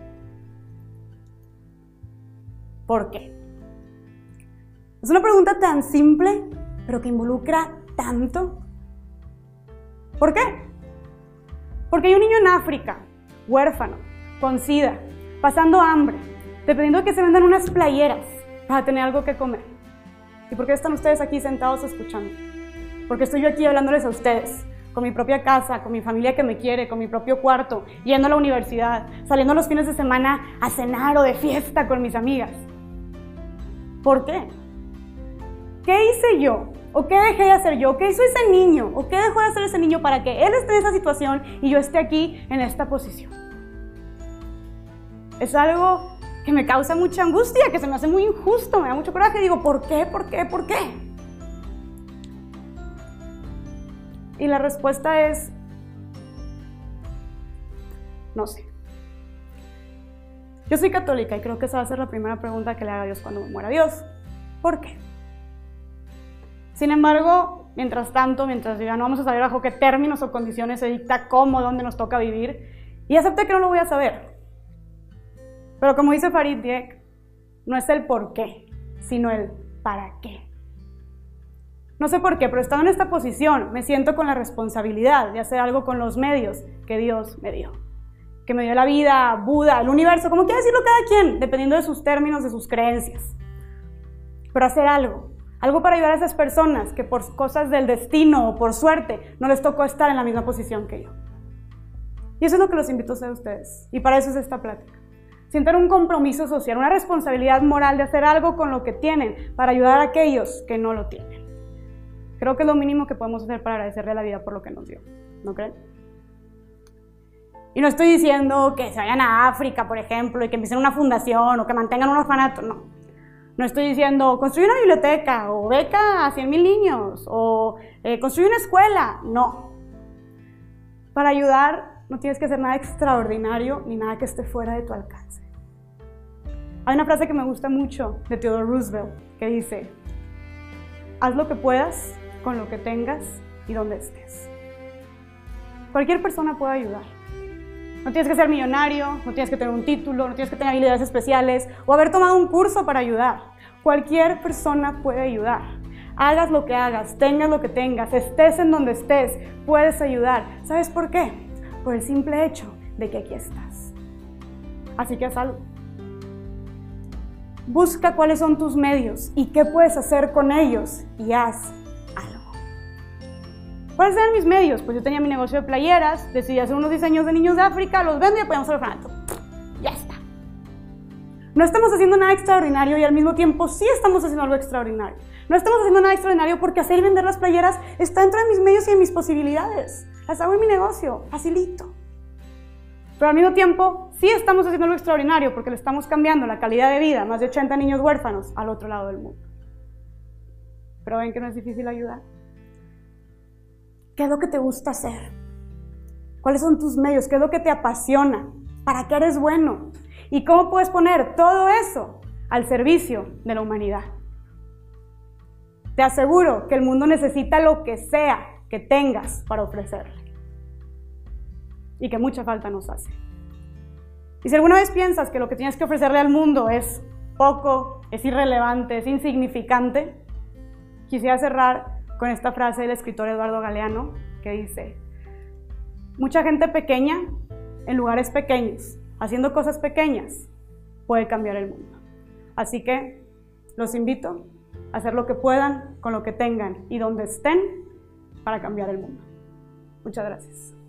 ¿Por qué? Es una pregunta tan simple, pero que involucra tanto. ¿Por qué? Porque hay un niño en África, huérfano, con SIDA, pasando hambre, dependiendo de que se vendan unas playeras para tener algo que comer. ¿Y por qué están ustedes aquí sentados escuchando? Porque estoy yo aquí hablándoles a ustedes, con mi propia casa, con mi familia que me quiere, con mi propio cuarto, yendo a la universidad, saliendo los fines de semana a cenar o de fiesta con mis amigas. ¿Por qué? ¿Qué hice yo? ¿O qué dejé de hacer yo? ¿Qué hizo ese niño? ¿O qué dejó de hacer ese niño para que él esté en esa situación y yo esté aquí en esta posición? Es algo que me causa mucha angustia, que se me hace muy injusto, me da mucho coraje. Digo, ¿por qué? ¿Por qué? ¿Por qué? Y la respuesta es, no sé. Yo soy católica y creo que esa va a ser la primera pregunta que le haga a Dios cuando me muera. Dios, ¿por qué? Sin embargo, mientras tanto, mientras yo ya no vamos a saber bajo qué términos o condiciones se dicta cómo, dónde nos toca vivir, y acepté que no lo voy a saber. Pero como dice Farid Dieck, no es el por qué, sino el para qué. No sé por qué, pero estando en esta posición, me siento con la responsabilidad de hacer algo con los medios que Dios me dio. Que me dio la vida, Buda, el universo, como quiera decirlo cada quien, dependiendo de sus términos, de sus creencias. Pero hacer algo para ayudar a esas personas que por cosas del destino o por suerte no les tocó estar en la misma posición que yo. Y eso es lo que los invito a hacer ustedes. Y para eso es esta plática. Sienten un compromiso social, una responsabilidad moral de hacer algo con lo que tienen para ayudar a aquellos que no lo tienen. Creo que es lo mínimo que podemos hacer para agradecerle a la vida por lo que nos dio. ¿No creen? Y no estoy diciendo que se vayan a África, por ejemplo, y que empiecen una fundación o que mantengan un orfanato, no. No estoy diciendo construir una biblioteca o beca a 100,000 niños o construir una escuela, no. Para ayudar no tienes que hacer nada extraordinario ni nada que esté fuera de tu alcance. Hay una frase que me gusta mucho de Theodore Roosevelt que dice, haz lo que puedas con lo que tengas y donde estés. Cualquier persona puede ayudar. No tienes que ser millonario, no tienes que tener un título, no tienes que tener habilidades especiales o haber tomado un curso para ayudar. Cualquier persona puede ayudar. Hagas lo que hagas, tengas lo que tengas, estés en donde estés, puedes ayudar. ¿Sabes por qué? Por el simple hecho de que aquí estás. Así que haz algo. Busca cuáles son tus medios y qué puedes hacer con ellos y haz algo. ¿Cuáles eran mis medios? Pues yo tenía mi negocio de playeras, decidí hacer unos diseños de niños de África, los vendo y apoyamos al orfanato. Ya está. No estamos haciendo nada extraordinario y al mismo tiempo sí estamos haciendo algo extraordinario. No estamos haciendo nada extraordinario porque hacer y vender las playeras está dentro de mis medios y de mis posibilidades. Las hago en mi negocio, facilito. Pero al mismo tiempo sí estamos haciendo algo extraordinario porque le estamos cambiando la calidad de vida a más de 80 niños huérfanos al otro lado del mundo. Pero ven que no es difícil ayudar. ¿Qué es lo que te gusta hacer? ¿Cuáles son tus medios? ¿Qué es lo que te apasiona? ¿Para qué eres bueno? ¿Y cómo puedes poner todo eso al servicio de la humanidad? Te aseguro que el mundo necesita lo que sea que tengas para ofrecerle. Y que mucha falta nos hace. Y si alguna vez piensas que lo que tienes que ofrecerle al mundo es poco, es irrelevante, es insignificante, quisiera cerrar con esta frase del escritor Eduardo Galeano, que dice: mucha gente pequeña, en lugares pequeños, haciendo cosas pequeñas, puede cambiar el mundo. Así que los invito a hacer lo que puedan, con lo que tengan y donde estén, para cambiar el mundo. Muchas gracias.